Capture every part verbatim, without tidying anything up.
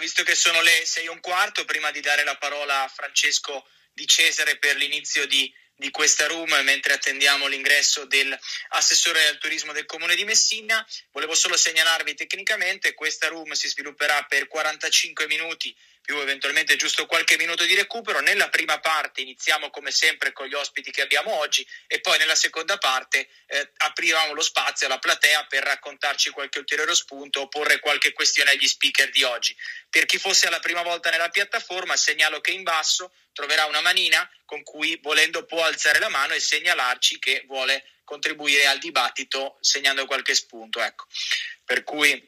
visto che sono le sei e un quarto, prima di dare la parola a Francesco Di Cesare per l'inizio di, di questa room, mentre attendiamo l'ingresso dell'assessore al turismo del Comune di Messina, volevo solo segnalarvi tecnicamente, questa room si svilupperà per quarantacinque minuti, più eventualmente giusto qualche minuto di recupero. Nella prima parte iniziamo come sempre con gli ospiti che abbiamo oggi e poi nella seconda parte eh, apriamo lo spazio alla platea per raccontarci qualche ulteriore spunto o porre qualche questione agli speaker di oggi. Per chi fosse la prima volta nella piattaforma, segnalo che in basso troverà una manina con cui, volendo, può alzare la mano e segnalarci che vuole contribuire al dibattito segnando qualche spunto. Ecco. Per cui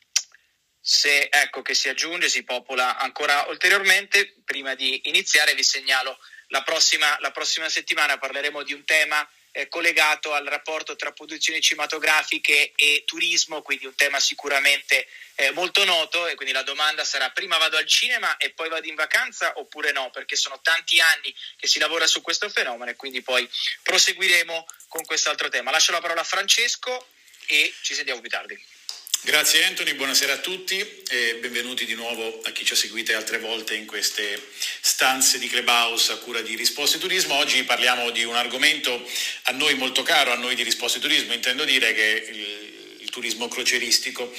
se ecco che si aggiunge, si popola ancora ulteriormente. Prima di iniziare vi segnalo la prossima, la prossima settimana parleremo di un tema eh, collegato al rapporto tra produzioni cinematografiche e turismo, quindi un tema sicuramente eh, molto noto, e quindi la domanda sarà: prima vado al cinema e poi vado in vacanza oppure no? Perché sono tanti anni che si lavora su questo fenomeno e quindi poi proseguiremo con quest'altro tema. Lascio la parola a Francesco e ci sentiamo più tardi. Grazie Anthony, buonasera a tutti e benvenuti di nuovo a chi ci ha seguito altre volte in queste stanze di Clubhouse a cura di Risposte Turismo. Oggi parliamo di un argomento a noi molto caro, a noi di Risposte Turismo, intendo dire che il, il turismo crocieristico.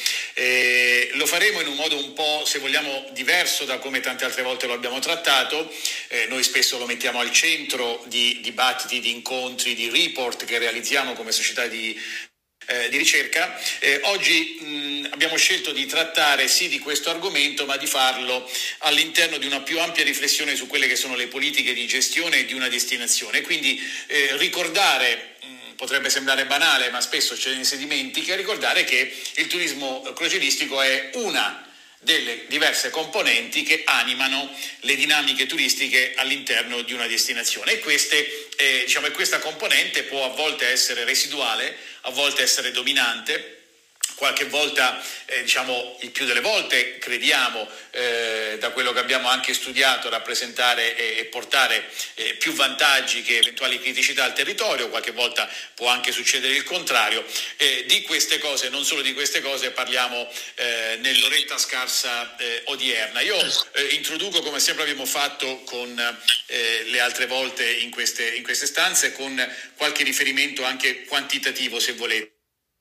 Eh, lo faremo in un modo un po', se vogliamo, diverso da come tante altre volte lo abbiamo trattato. Eh, noi spesso lo mettiamo al centro di dibattiti, di incontri, di report che realizziamo come società di Eh, di ricerca. Eh, oggi mh, abbiamo scelto di trattare sì di questo argomento, ma di farlo all'interno di una più ampia riflessione su quelle che sono le politiche di gestione di una destinazione. Quindi eh, ricordare, mh, potrebbe sembrare banale, ma spesso ce ne si dimentica, ricordare che il turismo crocieristico è una delle diverse componenti che animano le dinamiche turistiche all'interno di una destinazione, e queste, eh, diciamo, questa componente può a volte essere residuale, a volte essere dominante, qualche volta, eh, diciamo il più delle volte, crediamo, eh, da quello che abbiamo anche studiato, rappresentare e, e portare eh, più vantaggi che eventuali criticità al territorio. Qualche volta può anche succedere il contrario. Eh, di queste cose, non solo di queste cose, parliamo eh, nell'oretta scarsa eh, odierna. Io eh, introduco, come sempre abbiamo fatto con eh, le altre volte in queste, in queste stanze, con qualche riferimento anche quantitativo, se volete.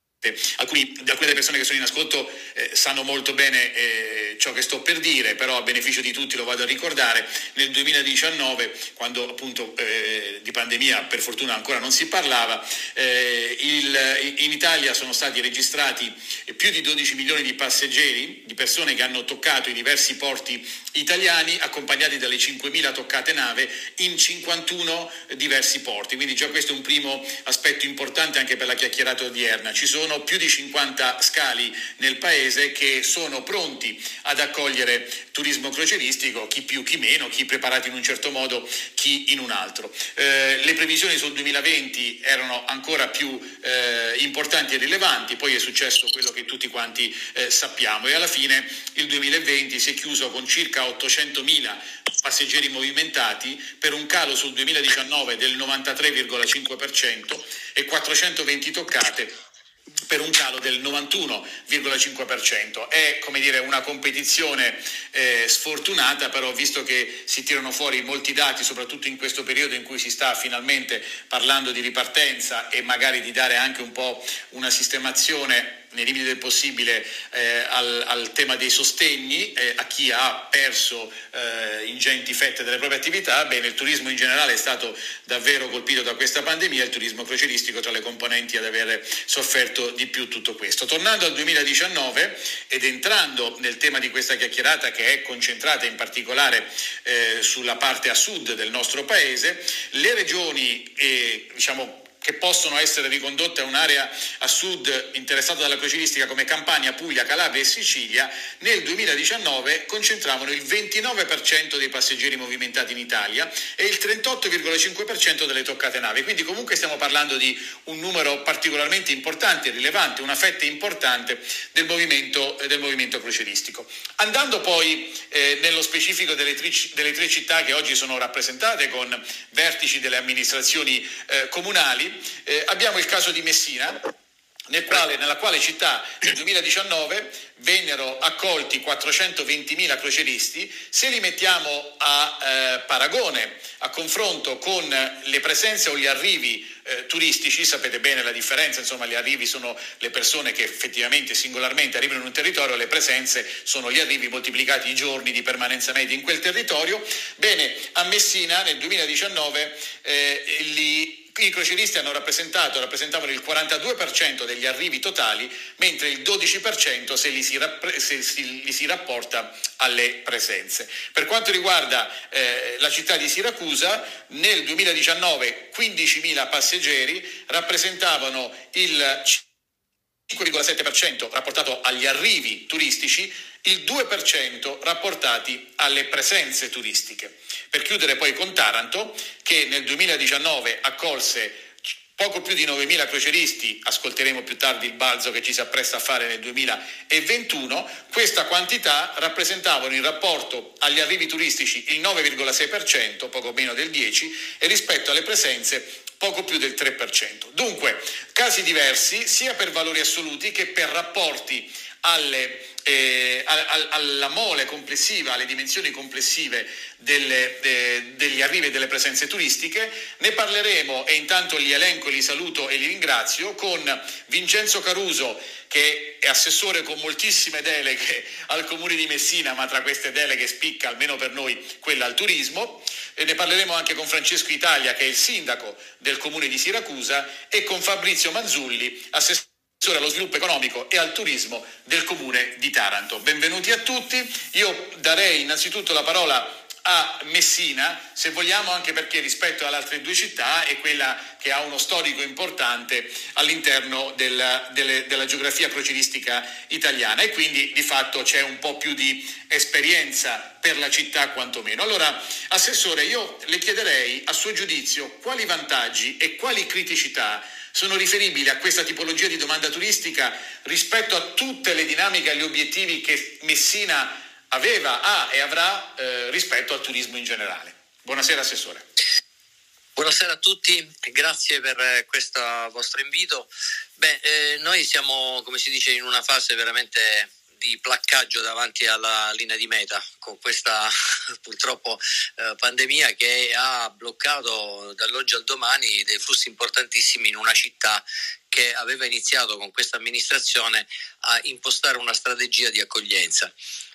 Alcuni, alcune delle persone che sono in ascolto eh, sanno molto bene eh, ciò che sto per dire, però a beneficio di tutti lo vado a ricordare. Nel duemiladiciannove, quando appunto eh, di pandemia per fortuna ancora non si parlava, eh, il, in Italia sono stati registrati più di dodici milioni di passeggeri, di persone che hanno toccato i diversi porti italiani, accompagnati dalle cinquemila toccate nave in cinquantuno diversi porti. Quindi già questo è un primo aspetto importante anche per la chiacchierata odierna. Ci sono più di cinquanta scali nel paese che sono pronti ad accogliere turismo crocieristico, chi più chi meno, chi preparati in un certo modo, chi in un altro. Eh, le previsioni sul duemilaventi erano ancora più eh, importanti e rilevanti, poi è successo quello che tutti quanti eh, sappiamo, e alla fine il duemilaventi si è chiuso con circa ottocentomila passeggeri movimentati, per un calo sul duemiladiciannove del novantatré virgola cinque per cento e quattrocentoventi toccate, per un calo del novantuno virgola cinque per cento. È, come dire, una competizione eh, sfortunata, però visto che si tirano fuori molti dati, soprattutto in questo periodo in cui si sta finalmente parlando di ripartenza e magari di dare anche un po' una sistemazione nei limiti del possibile eh, al, al tema dei sostegni eh, a chi ha perso eh, ingenti fette delle proprie attività. Bene, il turismo in generale è stato davvero colpito da questa pandemia, il turismo crocieristico tra le componenti ad aver sofferto di più tutto questo. Tornando al duemiladiciannove ed entrando nel tema di questa chiacchierata, che è concentrata in particolare eh, sulla parte a sud del nostro paese, le regioni eh, diciamo che possono essere ricondotte a un'area a sud interessata dalla crocieristica come Campania, Puglia, Calabria e Sicilia, nel duemiladiciannove concentravano il ventinove per cento dei passeggeri movimentati in Italia e il trentotto virgola cinque per cento delle toccate nave. Quindi comunque stiamo parlando di un numero particolarmente importante e rilevante, una fetta importante del movimento, del movimento crocieristico. Andando poi eh, nello specifico delle tre, delle tre città che oggi sono rappresentate con vertici delle amministrazioni eh, comunali, Eh, abbiamo il caso di Messina, nel quale, nella quale città nel duemiladiciannove vennero accolti quattrocentoventimila croceristi. Se li mettiamo a eh, paragone, a confronto con le presenze o gli arrivi eh, turistici, sapete bene la differenza, insomma gli arrivi sono le persone che effettivamente singolarmente arrivano in un territorio, le presenze sono gli arrivi moltiplicati i giorni di permanenza media in quel territorio. Bene, a Messina nel duemiladiciannove eh, li i croceristi hanno rappresentato, rappresentavano il quarantadue per cento degli arrivi totali, mentre il dodici per cento se li si, rappre- se si, li si rapporta alle presenze. Per quanto riguarda eh, la città di Siracusa, nel duemiladiciannove quindicimila passeggeri rappresentavano il cinque virgola sette per cento rapportato agli arrivi turistici, il due per cento rapportati alle presenze turistiche. Per chiudere poi con Taranto, che nel duemiladiciannove accolse poco più di novemila croceristi, ascolteremo più tardi il balzo che ci si appresta a fare nel duemilaventuno, questa quantità rappresentavano in rapporto agli arrivi turistici il nove virgola sei per cento, poco meno del dieci per cento, e rispetto alle presenze poco più del tre per cento. Dunque, casi diversi sia per valori assoluti che per rapporti alle, eh, all, alla mole complessiva, alle dimensioni complessive delle, de, degli arrivi e delle presenze turistiche. Ne parleremo e intanto li elenco, li saluto e li ringrazio con Vincenzo Caruso, che è assessore con moltissime deleghe al Comune di Messina, ma tra queste deleghe spicca, almeno per noi, quella al turismo. E ne parleremo anche con Francesco Italia, che è il sindaco del Comune di Siracusa, e con Fabrizio Manzulli, assessore allo sviluppo economico e al turismo del Comune di Taranto. Benvenuti a tutti. Io darei innanzitutto la parola a Messina, se vogliamo, anche perché rispetto alle altre due città è quella che ha uno storico importante all'interno della, delle, della geografia crocieristica italiana, e quindi di fatto c'è un po' più di esperienza per la città quantomeno. Allora, Assessore, io le chiederei, a suo giudizio, quali vantaggi e quali criticità sono riferibili a questa tipologia di domanda turistica rispetto a tutte le dinamiche e gli obiettivi che Messina aveva, ha e avrà eh, rispetto al turismo in generale. Buonasera Assessore. Buonasera a tutti, grazie per questo vostro invito. Beh, eh, noi siamo, come si dice, in una fase veramente di placcaggio davanti alla linea di meta, con questa purtroppo eh, pandemia che ha bloccato dall'oggi al domani dei flussi importantissimi in una città che aveva iniziato con questa amministrazione a impostare una strategia di accoglienza.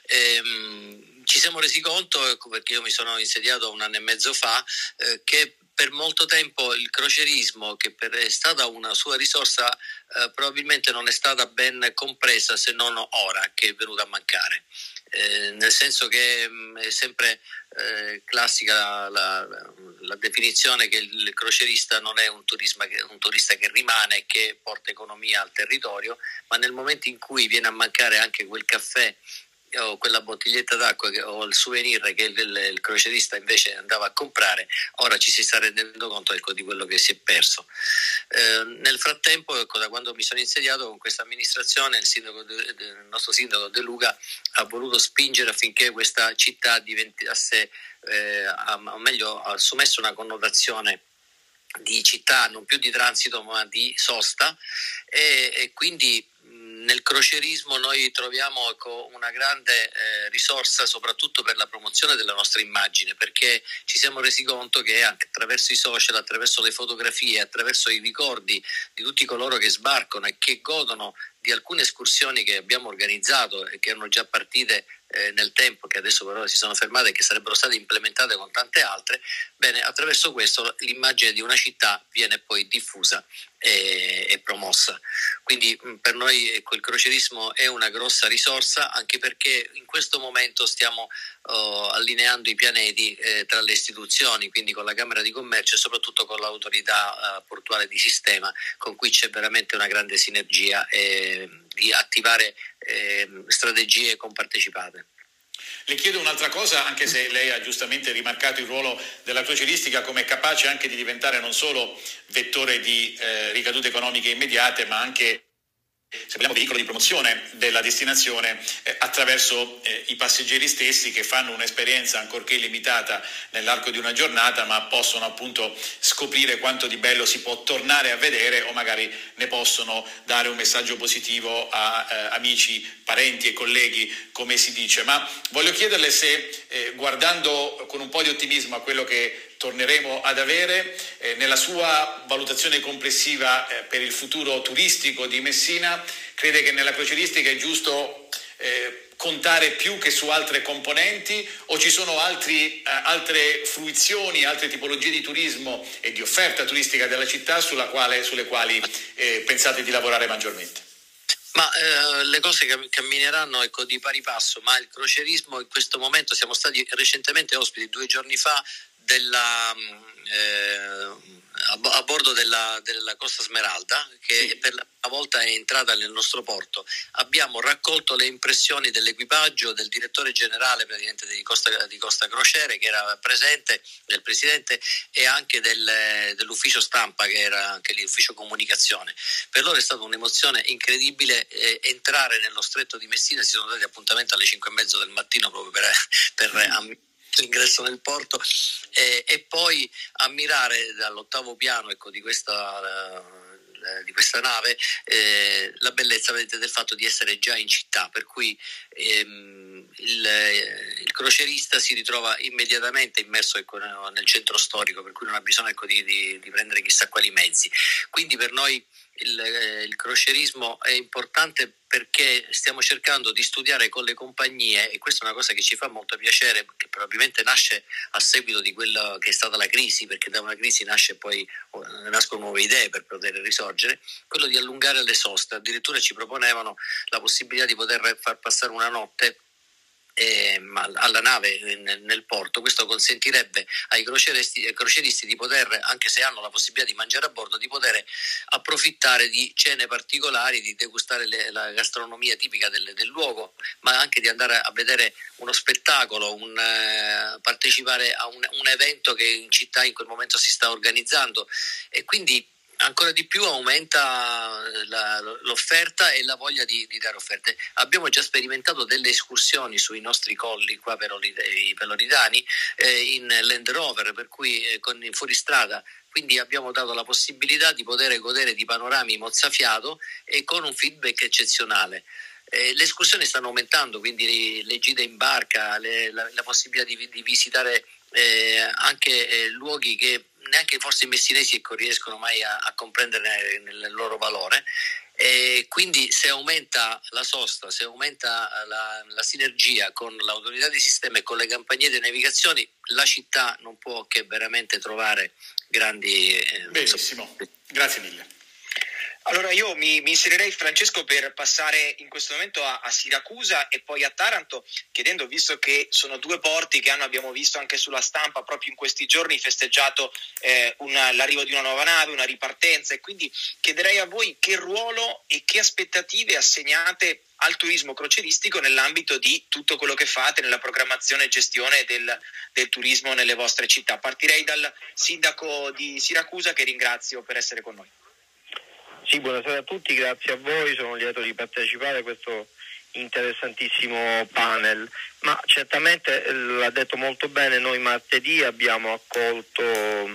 Ehm, ci siamo resi conto, ecco, perché io mi sono insediato un anno e mezzo fa, eh, che per molto tempo il crocerismo, che per, è stata una sua risorsa, eh, probabilmente non è stata ben compresa, se non ora che è venuta a mancare. Eh, nel senso che mh, è sempre eh, classica la, la, la definizione che il crocerista non è un, turisma che, un turista che rimane e che porta economia al territorio, ma nel momento in cui viene a mancare anche quel caffè o quella bottiglietta d'acqua che, o il souvenir che il, il, il crocerista invece andava a comprare, ora ci si sta rendendo conto, ecco, di quello che si è perso. Eh, nel frattempo, ecco, da quando mi sono insediato con questa amministrazione, il, sindaco de, de, il nostro sindaco De Luca ha voluto spingere affinché questa città diventasse, eh, a, o meglio, assumesse una connotazione di città non più di transito ma di sosta, e, e quindi nel crocerismo noi troviamo, ecco, una grande eh, risorsa soprattutto per la promozione della nostra immagine, perché ci siamo resi conto che anche attraverso i social, attraverso le fotografie, attraverso i ricordi di tutti coloro che sbarcano e che godono di alcune escursioni che abbiamo organizzato e che erano già partite eh, nel tempo, che adesso però si sono fermate e che sarebbero state implementate con tante altre, bene, attraverso questo l'immagine di una città viene poi diffusa e, e promossa. Quindi mh, per noi, ecco, il crocerismo è una grossa risorsa, anche perché in questo momento stiamo oh, allineando i pianeti eh, tra le istituzioni, quindi con la Camera di Commercio e soprattutto con l'autorità eh, portuale di sistema, con cui c'è veramente una grande sinergia eh, di attivare eh, strategie compartecipate. Le chiedo un'altra cosa, anche se lei ha giustamente rimarcato il ruolo della croceristica come capace anche di diventare non solo vettore di eh, ricadute economiche immediate, ma anche se vogliamo, veicolo di promozione della destinazione eh, attraverso eh, i passeggeri stessi, che fanno un'esperienza ancorché limitata nell'arco di una giornata, ma possono appunto scoprire quanto di bello si può tornare a vedere, o magari ne possono dare un messaggio positivo a eh, amici, parenti e colleghi, come si dice. Ma voglio chiederle se, eh, guardando con un po' di ottimismo a quello che torneremo ad avere, eh, nella sua valutazione complessiva eh, per il futuro turistico di Messina, crede che nella crocieristica è giusto eh, contare più che su altre componenti, o ci sono altri, eh, altre fruizioni, altre tipologie di turismo e di offerta turistica della città sulla quale, sulle quali eh, pensate di lavorare maggiormente? Ma eh, le cose cammineranno, ecco, di pari passo, ma il crocierismo in questo momento, siamo stati recentemente ospiti due giorni fa della, eh, a bordo della, della Costa Smeralda, che sì, per la prima volta è entrata nel nostro porto. Abbiamo raccolto le impressioni dell'equipaggio, del direttore generale praticamente di Costa, di Costa Crociere, che era presente, del presidente, e anche del, dell'ufficio stampa, che era anche lì, ufficio comunicazione. Per loro è stata un'emozione incredibile eh, entrare nello stretto di Messina. Si sono dati appuntamento alle cinque e mezzo del mattino proprio per, per mm. l'ingresso nel porto, eh, e poi ammirare dall'ottavo piano, ecco, di questa uh, di questa nave eh, la bellezza, vedete, del fatto di essere già in città, per cui ehm, il, il crocerista si ritrova immediatamente immerso, ecco, nel centro storico, per cui non ha bisogno, ecco, di, di, di prendere chissà quali mezzi. Quindi per noi il, eh, il crocierismo è importante, perché stiamo cercando di studiare con le compagnie, e questa è una cosa che ci fa molto piacere, che probabilmente nasce a seguito di quella che è stata la crisi, perché da una crisi nasce poi nascono nuove idee per poter risorgere, quello di allungare le soste. Addirittura ci proponevano la possibilità di poter far passare una notte Eh, alla nave nel, nel porto. Questo consentirebbe ai crocieristi, ai crocieristi di poter, anche se hanno la possibilità di mangiare a bordo, di poter approfittare di cene particolari, di degustare le, la gastronomia tipica del, del luogo, ma anche di andare a vedere uno spettacolo, un, eh, partecipare a un, un evento che in città in quel momento si sta organizzando, e quindi ancora di più aumenta la, l'offerta e la voglia di, di dare offerte. Abbiamo già sperimentato delle escursioni sui nostri colli qua per i Peloridani eh, in Land Rover, per cui eh, con in fuoristrada. Quindi abbiamo dato la possibilità di poter godere di panorami mozzafiato e con un feedback eccezionale. Eh, le escursioni stanno aumentando, quindi le, le gite in barca, le, la, la possibilità di, di visitare eh, anche eh, luoghi che neanche forse i messinesi, ecco, riescono mai a, a comprendere nel loro valore. E quindi se aumenta la sosta, se aumenta la, la sinergia con l'autorità di sistema e con le compagnie di navigazioni, la città non può che veramente trovare grandi... Eh, Benissimo, so. Grazie mille. Allora io mi, mi inserirei, Francesco, per passare in questo momento a, a Siracusa e poi a Taranto, chiedendo, visto che sono due porti che hanno, abbiamo visto anche sulla stampa proprio in questi giorni, festeggiato eh, una, l'arrivo di una nuova nave, una ripartenza, e quindi chiederei a voi che ruolo e che aspettative assegnate al turismo crocieristico nell'ambito di tutto quello che fate nella programmazione e gestione del, del turismo nelle vostre città. Partirei dal sindaco di Siracusa, che ringrazio per essere con noi. Sì, buonasera a tutti, grazie a voi, sono lieto di partecipare a questo interessantissimo panel, ma certamente l'ha detto molto bene, noi martedì abbiamo accolto eh,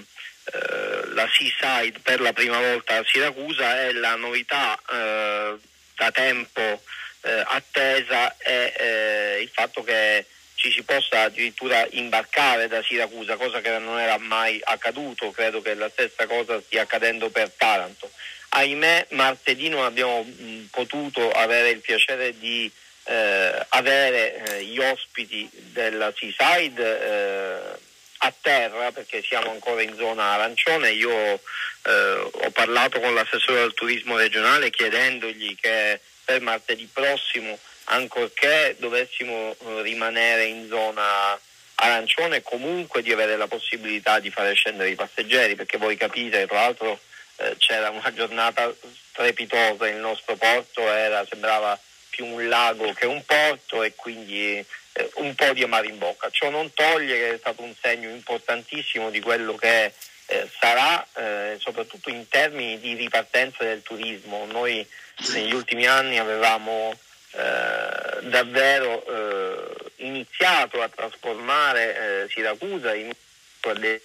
la Seaside per la prima volta a Siracusa, e la novità eh, da tempo eh, attesa è eh, il fatto che ci si possa addirittura imbarcare da Siracusa, cosa che non era mai accaduto. Credo che la stessa cosa stia accadendo per Taranto. Ahimè, martedì non abbiamo mh, potuto avere il piacere di eh, avere eh, gli ospiti della Seaside eh, a terra, perché siamo ancora in zona arancione. Io eh, ho parlato con l'assessore al turismo regionale chiedendogli che per martedì prossimo, ancorché dovessimo eh, rimanere in zona arancione, comunque di avere la possibilità di fare scendere i passeggeri, perché voi capite, tra l'altro eh, c'era una giornata strepitosa, il nostro porto era, sembrava più un lago che un porto, e quindi un po' di amaro in bocca. Ciò non toglie che è stato un segno importantissimo di quello che è eh, sarà eh, soprattutto in termini di ripartenza del turismo. Noi negli ultimi anni avevamo eh, davvero eh, iniziato a trasformare eh, Siracusa in una delle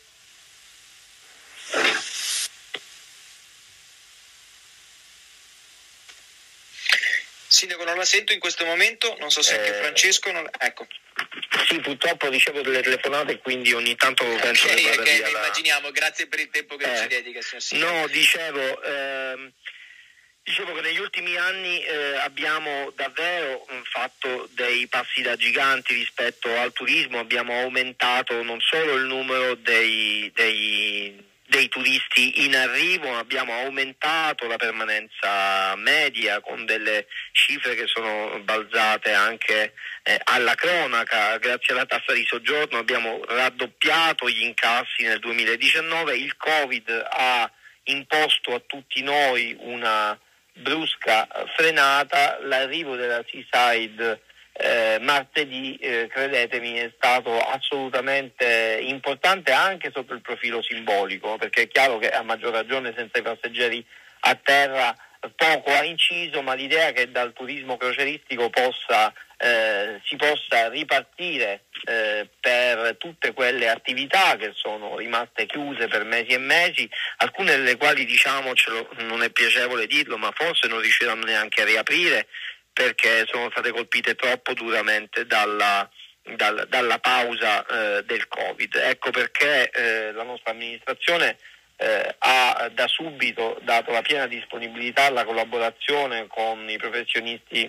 Sindaco, non la sento in questo momento, non so se anche Eh, Francesco non... ecco. Sì, purtroppo ricevo delle telefonate, quindi ogni tanto penso Ok, che vada ok, via ne la- immaginiamo, grazie per il tempo che Eh, ci dedica, signor Sindaco. No, dicevo, ehm, dicevo che negli ultimi anni eh, abbiamo davvero mh, fatto dei passi da giganti rispetto al turismo, abbiamo aumentato non solo il numero dei, dei, dei turisti in arrivo, ma abbiamo aumentato la permanenza media con delle cifre che sono balzate anche eh, alla cronaca. Grazie alla tassa di soggiorno abbiamo raddoppiato gli incassi nel duemiladiciannove, il Covid ha imposto a tutti noi una brusca frenata, l'arrivo della Seaside eh, martedì, eh, credetemi, è stato assolutamente importante anche sotto il profilo simbolico, perché è chiaro che a maggior ragione senza i passeggeri a terra poco ha inciso, ma l'idea che dal turismo crocieristico possa, eh, si possa ripartire eh, per tutte quelle attività che sono rimaste chiuse per mesi e mesi, alcune delle quali, diciamocelo, non è piacevole dirlo, ma forse non riusciranno neanche a riaprire perché sono state colpite troppo duramente dalla, dal, dalla pausa eh, del Covid. Ecco perché eh, la nostra amministrazione Eh, ha da subito dato la piena disponibilità alla collaborazione con i professionisti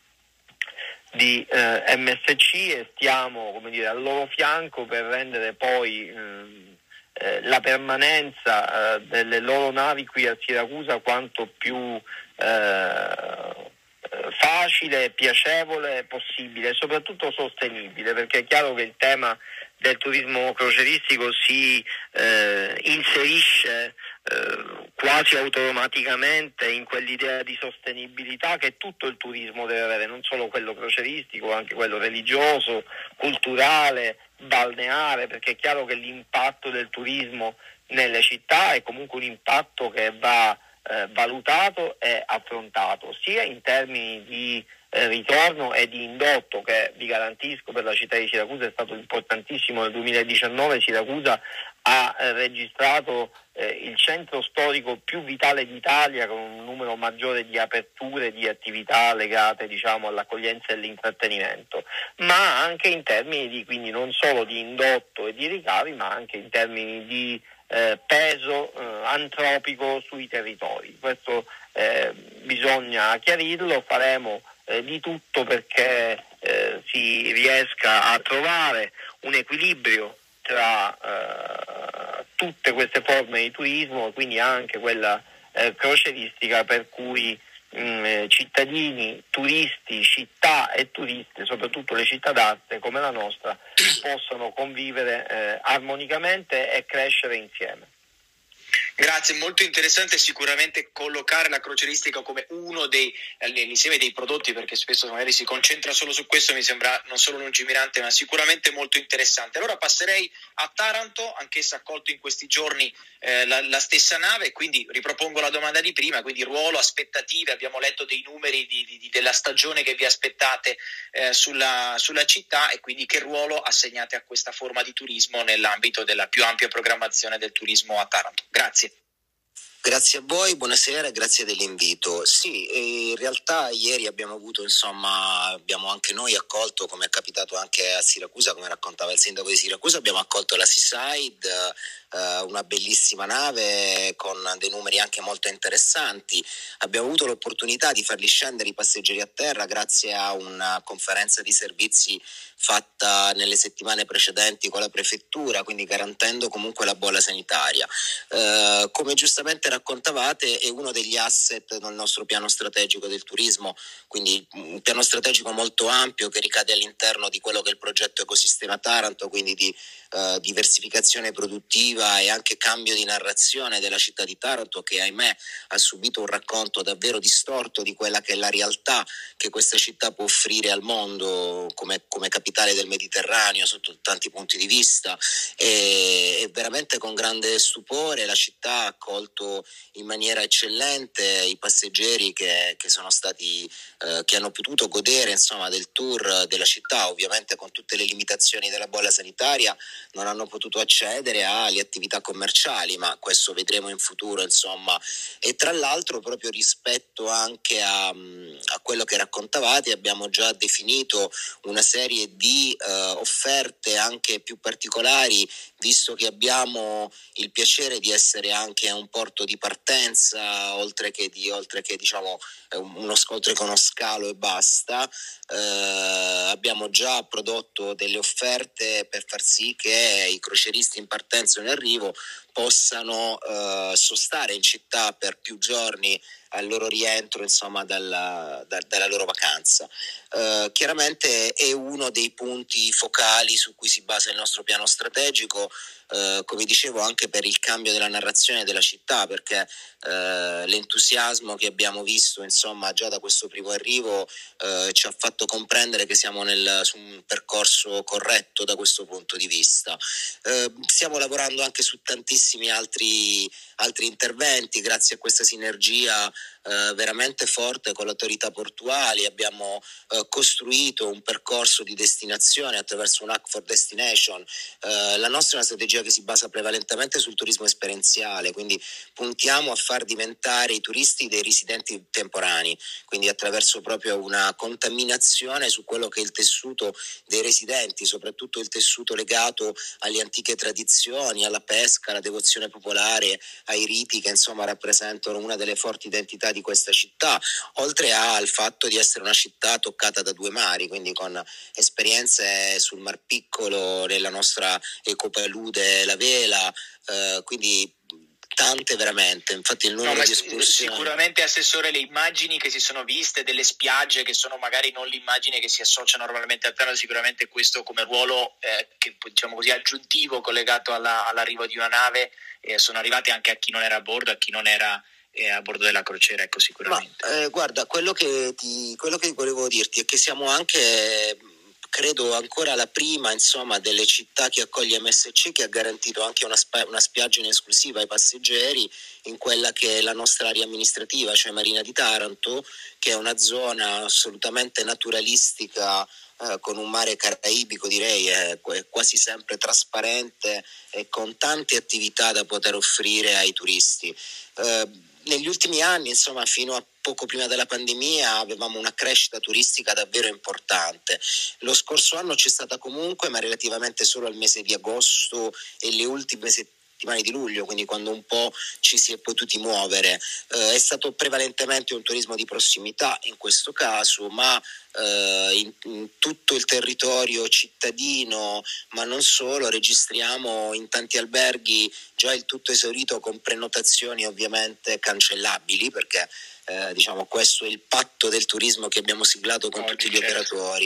di eh, M S C e stiamo, come dire, al loro fianco per rendere poi mh, eh, la permanenza eh, delle loro navi qui a Siracusa quanto più eh, facile, piacevole possibile e soprattutto sostenibile, perché è chiaro che il tema del turismo crocieristico si eh, inserisce eh, quasi automaticamente in quell'idea di sostenibilità che tutto il turismo deve avere, non solo quello crocieristico, anche quello religioso, culturale, balneare, perché è chiaro che l'impatto del turismo nelle città è comunque un impatto che va eh, valutato e affrontato sia in termini di Eh, ritorno e di indotto, che vi garantisco per la città di Siracusa è stato importantissimo. Nel duemiladiciannove Siracusa ha eh, registrato eh, il centro storico più vitale d'Italia, con un numero maggiore di aperture di attività legate, diciamo, all'accoglienza e all'intrattenimento, ma anche in termini di, quindi non solo di indotto e di ricavi, ma anche in termini di eh, peso eh, antropico sui territori. Questo eh, bisogna chiarirlo, faremo Eh, di tutto perché eh, si riesca a trovare un equilibrio tra eh, tutte queste forme di turismo e quindi anche quella eh, crocieristica, per cui mh, cittadini, turisti, città e turiste, soprattutto le città d'arte come la nostra, possano convivere eh, armonicamente e crescere insieme. Grazie, molto interessante sicuramente collocare la crocieristica come uno dei l'insieme dei prodotti, perché spesso magari si concentra solo su questo, mi sembra non solo lungimirante ma sicuramente molto interessante. Allora passerei a Taranto, anch'essa accolto in questi giorni eh, la, la stessa nave, quindi ripropongo la domanda di prima, quindi ruolo, aspettative, abbiamo letto dei numeri di, di, della stagione che vi aspettate eh, sulla, sulla città, e quindi che ruolo assegnate a questa forma di turismo nell'ambito della più ampia programmazione del turismo a Taranto. Grazie. Grazie a voi, buonasera e grazie dell'invito. Sì, in realtà ieri abbiamo avuto, insomma, abbiamo anche noi accolto, come è capitato anche a Siracusa, come raccontava il sindaco di Siracusa, abbiamo accolto la Seaside, eh, una bellissima nave con dei numeri anche molto interessanti. Abbiamo avuto l'opportunità di farli scendere i passeggeri a terra grazie a una conferenza di servizi fatta nelle settimane precedenti con la prefettura, quindi garantendo comunque la bolla sanitaria. Eh, come giustamente raccontavate, è uno degli asset del nostro piano strategico del turismo, quindi un piano strategico molto ampio che ricade all'interno di quello che è il progetto Ecosistema Taranto, quindi di eh, diversificazione produttiva e anche cambio di narrazione della città di Taranto, che ahimè ha subito un racconto davvero distorto di quella che è la realtà che questa città può offrire al mondo, come, come capita capitale del Mediterraneo sotto tanti punti di vista, e, e veramente con grande stupore la città ha accolto in maniera eccellente i passeggeri che, che sono stati eh, che hanno potuto godere insomma del tour della città. Ovviamente con tutte le limitazioni della bolla sanitaria non hanno potuto accedere alle attività commerciali, ma questo vedremo in futuro insomma. E tra l'altro proprio rispetto anche a, a quello che raccontavate abbiamo già definito una serie di eh, offerte anche più particolari, visto che abbiamo il piacere di essere anche a un porto di partenza, oltre che di oltre che diciamo uno, oltre che uno scalo e basta. Eh, abbiamo già prodotto delle offerte per far sì che i crocieristi in partenza o in arrivo possano eh, sostare in città per più giorni al loro rientro insomma dalla, da, dalla loro vacanza. Eh, chiaramente è uno dei punti focali su cui si basa il nostro piano strategico, eh, come dicevo anche per il cambio della narrazione della città, perché eh, l'entusiasmo che abbiamo visto insomma già da questo primo arrivo eh, ci ha fatto comprendere che siamo nel, su un percorso corretto da questo punto di vista. Eh, stiamo lavorando anche su tantissimi altri, altri interventi grazie a questa sinergia eh, veramente forte con le autorità portuali. Abbiamo eh, costruito un percorso di destinazione attraverso un hack for destination. Eh, la nostra è una strategia che si basa prevalentemente sul turismo esperienziale, quindi puntiamo a far diventare i turisti dei residenti temporanei, quindi attraverso proprio una contaminazione su quello che è il tessuto dei residenti, soprattutto il tessuto legato alle antiche tradizioni, alla pesca, alla devozione popolare, ai riti che insomma rappresentano una delle forti identità di questa città, oltre al fatto di essere una città toccata da due mari, quindi con esperienze sul Mar Piccolo, nella nostra ecopalude La Vela, eh, quindi tante veramente, infatti il numero no, di escursioni. Sicuramente, Assessore, le immagini che si sono viste delle spiagge, che sono magari non l'immagine che si associa normalmente al piano, sicuramente questo come ruolo eh, che diciamo così aggiuntivo collegato alla, all'arrivo di una nave, eh, sono arrivate anche a chi non era a bordo, a chi non era eh, a bordo della crociera, ecco, sicuramente. Ma, eh, guarda, quello che ti quello che volevo dirti è che siamo anche, credo, ancora la prima insomma delle città che accoglie M S C, che ha garantito anche una, spa- una spiaggia in esclusiva ai passeggeri in quella che è la nostra area amministrativa, cioè Marina di Taranto, che è una zona assolutamente naturalistica, eh, con un mare caraibico, direi è, è quasi sempre trasparente e con tante attività da poter offrire ai turisti. Eh, negli ultimi anni, insomma, fino a poco prima della pandemia avevamo una crescita turistica davvero importante. Lo scorso anno c'è stata comunque, ma relativamente solo al mese di agosto e le ultime settimane di luglio, quindi quando un po' ci si è potuti muovere. Eh, è stato prevalentemente un turismo di prossimità in questo caso, ma eh, in, in tutto il territorio cittadino, ma non solo, registriamo in tanti alberghi già il tutto esaurito, con prenotazioni ovviamente cancellabili, perché Eh, diciamo questo è il patto del turismo che abbiamo siglato con oh, tutti gli certo. operatori.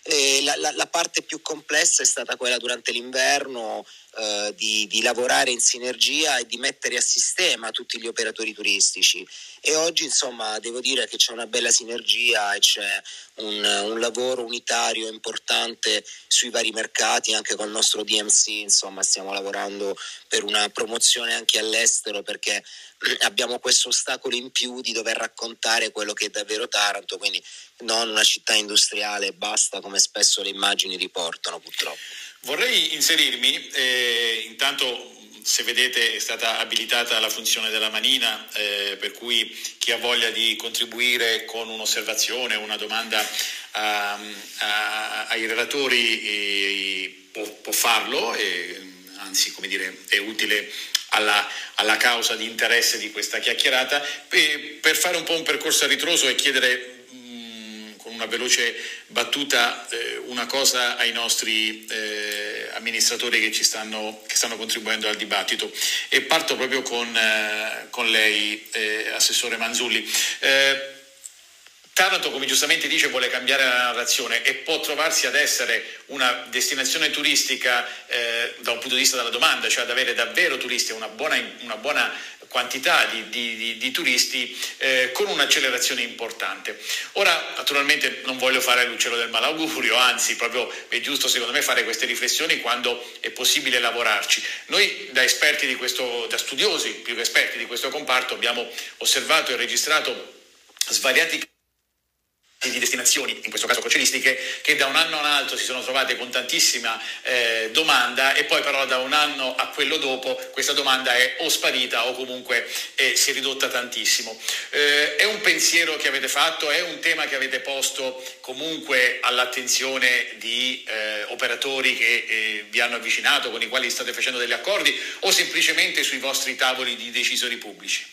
E la, la, la parte più complessa è stata quella durante l'inverno, eh, di, di lavorare in sinergia e di mettere a sistema tutti gli operatori turistici, e oggi insomma devo dire che c'è una bella sinergia e c'è un, un lavoro unitario importante sui vari mercati. Anche col nostro D M C insomma stiamo lavorando per una promozione anche all'estero, perché abbiamo questo ostacolo in più di dover raccontare quello che è davvero Taranto, quindi non una città industriale basta, come spesso le immagini riportano, purtroppo. Vorrei inserirmi, eh, intanto se vedete è stata abilitata la funzione della manina, eh, per cui chi ha voglia di contribuire con un'osservazione, una domanda a, a, ai relatori eh, può, può farlo, e, anzi, come dire, è utile alla, alla causa di interesse di questa chiacchierata, e per fare un po' un percorso a ritroso e chiedere mh, con una veloce battuta eh, una cosa ai nostri eh, amministratori che ci stanno, che stanno contribuendo al dibattito, e parto proprio con, eh, con lei, eh, Assessore Manzulli. Eh, Taranto, come giustamente dice, vuole cambiare la narrazione e può trovarsi ad essere una destinazione turistica eh, da un punto di vista della domanda, cioè ad avere davvero turisti, una buona, una buona quantità di, di, di, di turisti eh, con un'accelerazione importante. Ora, naturalmente non voglio fare l'uccello del malaugurio, anzi proprio è giusto secondo me fare queste riflessioni quando è possibile lavorarci. Noi da esperti di questo, da studiosi più che esperti di questo comparto abbiamo osservato e registrato svariati di destinazioni, in questo caso crocieristiche, che da un anno a un altro si sono trovate con tantissima eh, domanda e poi però da un anno a quello dopo questa domanda è o sparita o comunque eh, si è ridotta tantissimo. Eh, è un pensiero che avete fatto, è un tema che avete posto comunque all'attenzione di eh, operatori che eh, vi hanno avvicinato, con i quali state facendo degli accordi o semplicemente sui vostri tavoli di decisori pubblici?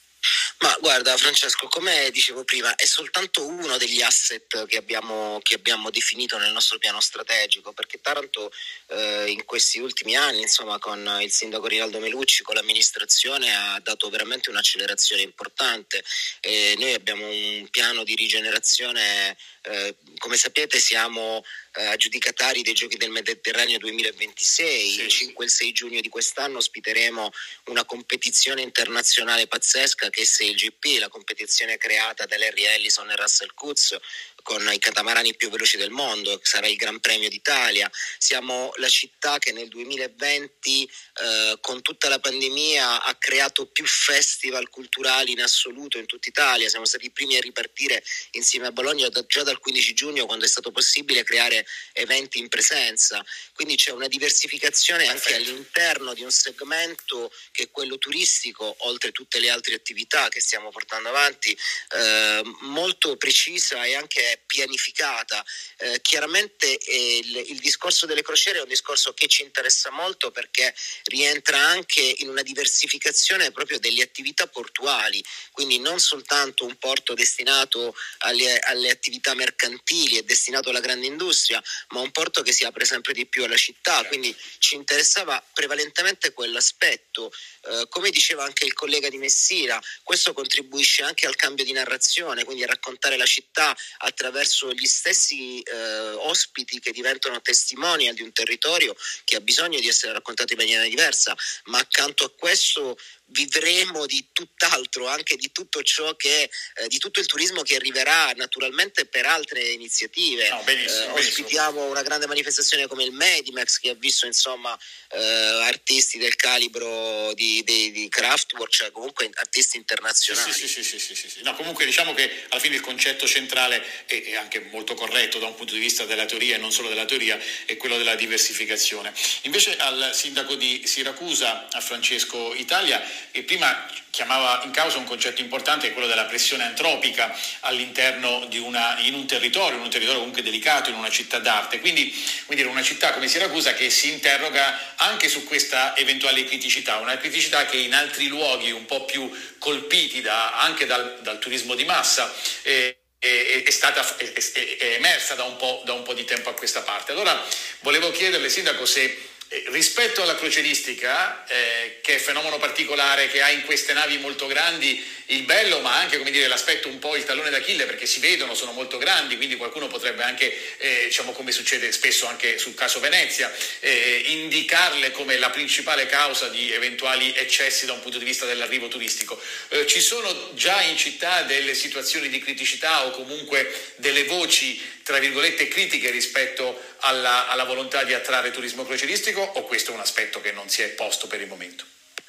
Ma guarda Francesco, come dicevo prima, è soltanto uno degli asset che abbiamo, che abbiamo definito nel nostro piano strategico, perché Taranto eh, in questi ultimi anni, insomma, con il sindaco Rinaldo Melucci, con l'amministrazione, ha dato veramente un'accelerazione importante. Eh, noi abbiamo un piano di rigenerazione, eh, come sapete siamo eh, aggiudicatari dei Giochi del Mediterraneo duemilaventisei, sì. Il cinque e il sei giugno di quest'anno ospiteremo una competizione internazionale pazzesca che è S L G P, la competizione creata da Larry Ellison e Russell Coutts con i catamarani più veloci del mondo, sarà il Gran Premio d'Italia. Siamo la città che nel duemilaventi eh, con tutta la pandemia ha creato più festival culturali in assoluto in tutta Italia, siamo stati i primi a ripartire insieme a Bologna da, già dal quindici giugno, quando è stato possibile creare eventi in presenza, quindi c'è una diversificazione anche all'interno di un segmento che è quello turistico, oltre tutte le altre attività che stiamo portando avanti, eh, molto precisa e anche pianificata. Eh, chiaramente eh, il, il discorso delle crociere è un discorso che ci interessa molto perché rientra anche in una diversificazione proprio delle attività portuali, quindi non soltanto un porto destinato alle, alle attività mercantili e destinato alla grande industria, ma un porto che si apre sempre di più alla città, quindi ci interessava prevalentemente quell'aspetto. Eh, come diceva anche il collega di Messina, questo contribuisce anche al cambio di narrazione, quindi a raccontare la città attraverso gli stessi eh, ospiti che diventano testimonial di un territorio che ha bisogno di essere raccontato in maniera diversa, ma accanto a questo vivremo di tutt'altro, anche di tutto ciò che eh, di tutto il turismo che arriverà naturalmente per altre iniziative. No, benissimo, eh, benissimo. Ospitiamo una grande manifestazione come il Medimex, che ha visto insomma eh, artisti del calibro di, di, di Kraftwerk, cioè comunque artisti internazionali. Sì, sì, sì, sì, sì, sì. No, comunque diciamo che alla fine il concetto centrale è, è anche molto corretto da un punto di vista della teoria e non solo della teoria, è quello della diversificazione. Invece al sindaco di Siracusa, a Francesco Italia, e prima chiamava in causa un concetto importante, quello della pressione antropica all'interno di una, in un territorio, in un territorio comunque delicato, in una città d'arte, quindi, quindi una città come Siracusa che si interroga anche su questa eventuale criticità, una criticità che in altri luoghi un po' più colpiti da, anche dal, dal turismo di massa eh, è stata è, è emersa da un po' da un po' di tempo a questa parte. Allora volevo chiederle, sindaco, se rispetto alla crocieristica, eh, che è fenomeno particolare, che ha in queste navi molto grandi il bello, ma anche, come dire, l'aspetto un po' il tallone d'Achille, perché si vedono, sono molto grandi, quindi qualcuno potrebbe anche, eh, diciamo, come succede spesso anche sul caso Venezia, eh, indicarle come la principale causa di eventuali eccessi da un punto di vista dell'arrivo turistico. Eh, ci sono già in città delle situazioni di criticità o comunque delle voci, tra virgolette, critiche rispetto alla, alla volontà di attrarre turismo crocieristico, o questo è un aspetto che non si è posto per il momento?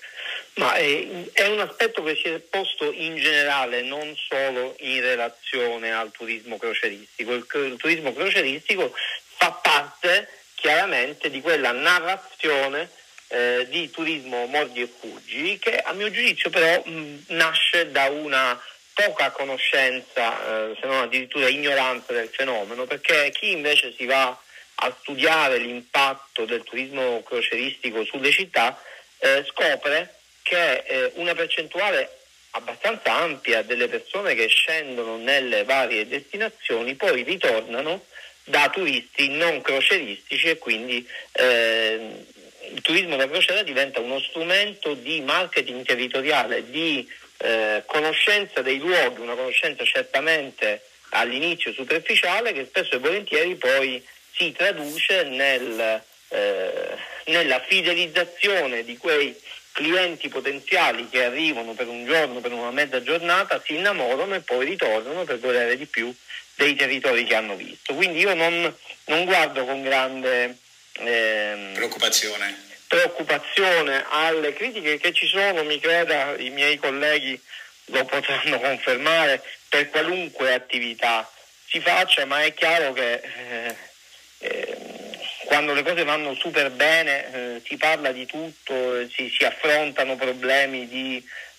Ma è, è un aspetto che si è posto in generale, non solo in relazione al turismo crocieristico. Il, il turismo crocieristico fa parte chiaramente di quella narrazione eh, di turismo mordi e fuggi che, a mio giudizio, però mh, nasce da una poca conoscenza, eh, se non addirittura ignoranza del fenomeno, perché chi invece si va a studiare l'impatto del turismo crocieristico sulle città eh, scopre che eh, una percentuale abbastanza ampia delle persone che scendono nelle varie destinazioni poi ritornano da turisti non crocieristici e quindi eh, il turismo da crociera diventa uno strumento di marketing territoriale, di eh, conoscenza dei luoghi, una conoscenza certamente all'inizio superficiale, che spesso e volentieri poi si traduce nel, eh, nella fidelizzazione di quei clienti potenziali che arrivano per un giorno, per una mezza giornata, si innamorano e poi ritornano per godere di più dei territori che hanno visto. Quindi io non, non guardo con grande ehm, preoccupazione. preoccupazione alle critiche che ci sono, mi creda, i miei colleghi lo potranno confermare, per qualunque attività si faccia, ma è chiaro che eh, eh, quando le cose vanno super bene eh, si parla di tutto, si, si affrontano problemi di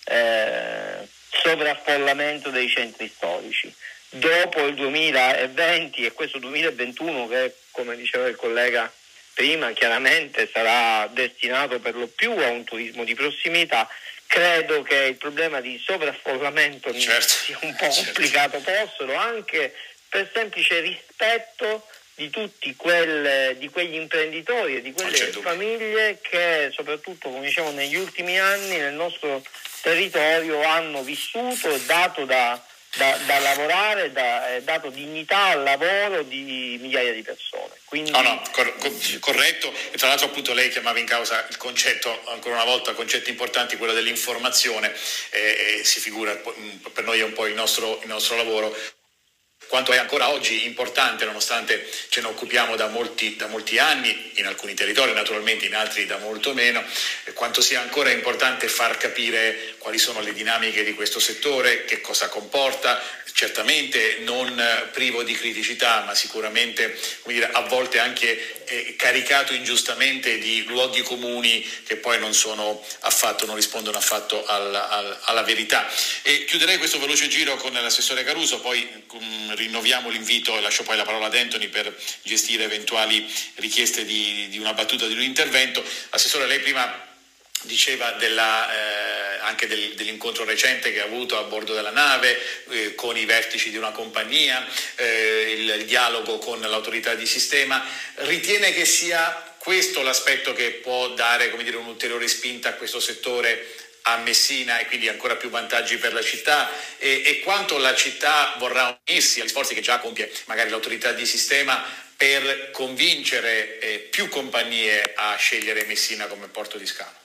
eh, sovraffollamento dei centri storici. Dopo il duemilaventi e questo duemilaventuno, che come diceva il collega prima, chiaramente sarà destinato per lo più a un turismo di prossimità, credo che il problema di sovraffollamento certo, sia un po' certo. complicato possero, anche per semplice rispetto di tutti quel, di quegli imprenditori e di quelle certo. famiglie che soprattutto, come diciamo, negli ultimi anni nel nostro territorio hanno vissuto e dato da, da, da lavorare, da, dato dignità al lavoro di migliaia di persone. Quindi... No, no, cor- corretto, e tra l'altro appunto lei chiamava in causa il concetto, ancora una volta, concetti importanti, quello dell'informazione, eh, e si figura, per noi è un po' il nostro, il nostro lavoro, quanto è ancora oggi importante, nonostante ce ne occupiamo da molti, da molti anni, in alcuni territori naturalmente, in altri da molto meno, quanto sia ancora importante far capire quali sono le dinamiche di questo settore, che cosa comporta, certamente non privo di criticità, ma sicuramente, come dire, a volte anche eh, caricato ingiustamente di luoghi comuni che poi non sono affatto, non rispondono affatto al, al, alla verità. E chiuderei questo veloce giro con l'assessore Caruso, poi um, rinnoviamo l'invito e lascio poi la parola ad Anthony per gestire eventuali richieste di, di una battuta, di un intervento. Assessore, lei prima diceva della, eh, anche del, dell'incontro recente che ha avuto a bordo della nave eh, con i vertici di una compagnia, eh, il, il dialogo con l'autorità di sistema. Ritiene che sia questo l'aspetto che può dare, come dire, un'ulteriore spinta a questo settore a Messina e quindi ancora più vantaggi per la città, e, e quanto la città vorrà unirsi agli sforzi che già compie magari l'autorità di sistema per convincere eh, più compagnie a scegliere Messina come porto di scalo?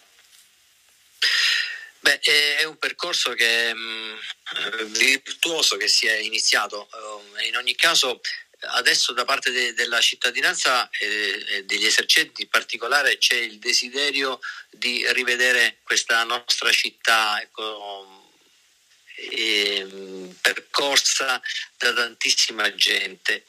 Beh, è un percorso che è mh, virtuoso che si è iniziato. Uh, in ogni caso adesso da parte de- della cittadinanza e, e degli esercenti in particolare c'è il desiderio di rivedere questa nostra città, ecco, e, mh, percorsa da tantissima gente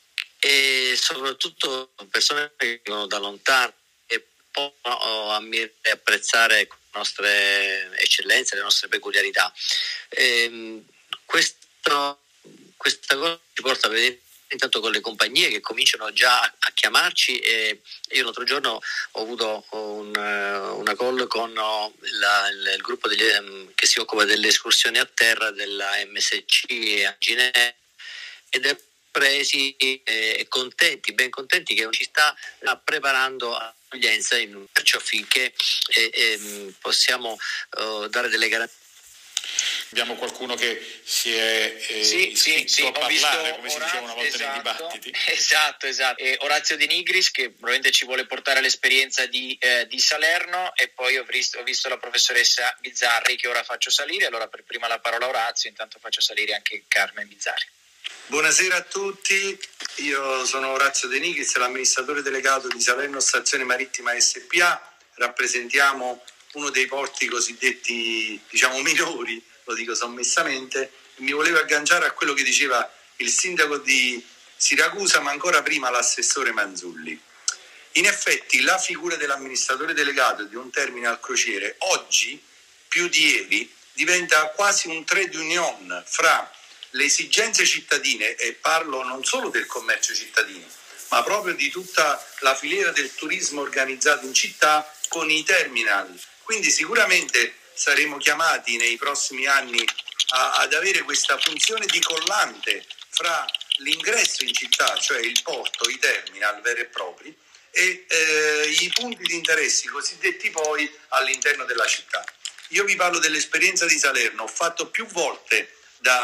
e soprattutto persone che vengono da lontano e possono ammirare e apprezzare le nostre eccellenze, le nostre peculiarità. E, questo, questa cosa ci porta a vedere intanto con le compagnie che cominciano già a chiamarci, e io l'altro giorno ho avuto un, una call con la, il, il gruppo degli, che si occupa delle escursioni a terra della M S C a Ginevra, ed è presi e contenti, ben contenti che ci sta preparando accoglienza in un perciò affinché eh, eh, possiamo uh, dare delle garanzie. Abbiamo qualcuno che si è eh, sì, sì, sì, a parlare, visto come si Orazio, diceva una volta esatto, nei dibattiti. Esatto, esatto. E Orazio De Nigris, che probabilmente ci vuole portare l'esperienza di, eh, di Salerno, e poi ho visto, ho visto la professoressa Bizzarri, che ora faccio salire. Allora per prima la parola a Orazio, intanto faccio salire anche Carmen Bizzarri. Buonasera a tutti, io sono Orazio De Nigris, l'amministratore delegato di Salerno Stazione Marittima S P A. Rappresentiamo uno dei porti cosiddetti, diciamo, minori, lo dico sommessamente. Mi volevo agganciare a quello che diceva il sindaco di Siracusa, ma ancora prima l'assessore Manzulli. In effetti la figura dell'amministratore delegato di un terminal crociere oggi, più di ieri, diventa quasi un trade union fra le esigenze cittadine, e parlo non solo del commercio cittadino, ma proprio di tutta la filiera del turismo organizzato in città, con i terminal. Quindi sicuramente saremo chiamati nei prossimi anni a, ad avere questa funzione di collante fra l'ingresso in città, cioè il porto, i terminal veri e propri, e eh, i punti di interesse cosiddetti poi all'interno della città. Io vi parlo dell'esperienza di Salerno, ho fatto più volte da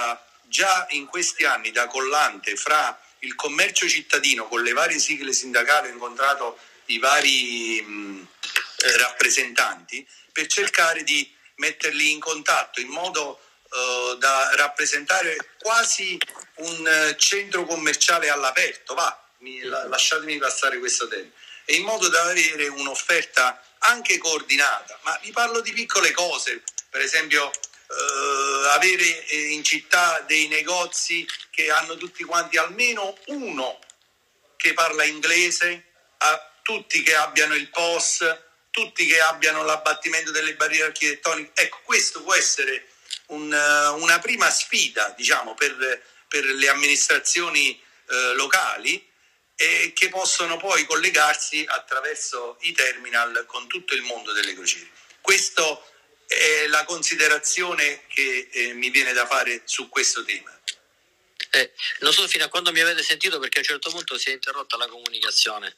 già in questi anni da collante fra il commercio cittadino con le varie sigle sindacali, ho incontrato i vari mh, rappresentanti per cercare di metterli in contatto in modo uh, da rappresentare quasi un uh, centro commerciale all'aperto, va, mi, la, lasciatemi passare questo termine, e in modo da avere un'offerta anche coordinata, ma vi parlo di piccole cose, per esempio uh, avere eh, in città dei negozi che hanno tutti quanti almeno uno che parla inglese, a tutti che abbiano il P O S, tutti che abbiano l'abbattimento delle barriere architettoniche. Ecco, questo può essere un, una prima sfida, diciamo, per, per le amministrazioni eh, locali, e che possono poi collegarsi attraverso i terminal con tutto il mondo delle crociere. Questa è la considerazione che eh, mi viene da fare su questo tema. Eh, non so fino a quando mi avete sentito, perché a un certo punto si è interrotta la comunicazione.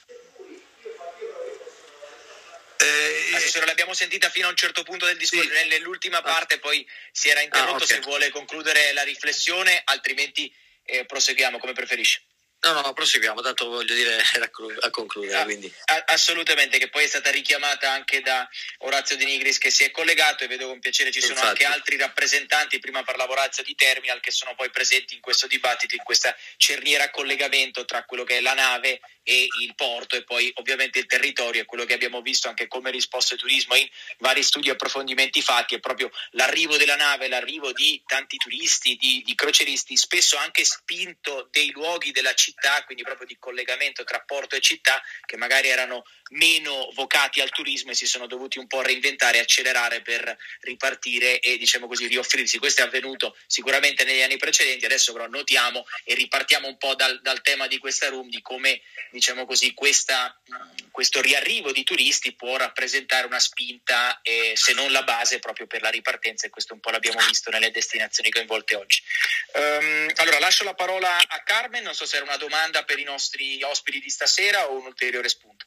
Eh, Assessore, l'abbiamo sentita fino a un certo punto del discorso, sì. Nell'ultima parte poi si era interrotto. Ah, okay. Se vuole concludere la riflessione, altrimenti eh, proseguiamo come preferisce. No, no, proseguiamo, tanto voglio dire a concludere. Ah, quindi. Assolutamente, che poi è stata richiamata anche da Orazio De Nigris, che si è collegato, e vedo con piacere ci sono Infatti. anche altri rappresentanti, prima parlavo Orazio di Terminal, che sono poi presenti in questo dibattito, in questa cerniera a collegamento tra quello che è la nave e il porto, e poi ovviamente il territorio, e quello che abbiamo visto anche come risposta al turismo in vari studi e approfondimenti fatti è proprio l'arrivo della nave, l'arrivo di tanti turisti, di, di croceristi, spesso anche spinto dei luoghi della città, quindi proprio di collegamento tra porto e città, che magari erano meno vocati al turismo e si sono dovuti un po' reinventare e accelerare per ripartire e, diciamo così, rioffrirsi. Questo è avvenuto sicuramente negli anni precedenti. Adesso però notiamo e ripartiamo un po' dal, dal tema di questa room, di come, diciamo così, questa, questo riarrivo di turisti può rappresentare una spinta, eh, se non la base, proprio per la ripartenza, e questo un po' l'abbiamo visto nelle destinazioni coinvolte oggi. Um, allora lascio la parola a Carmen, non so se era una domanda per i nostri ospiti di stasera o un ulteriore spunto.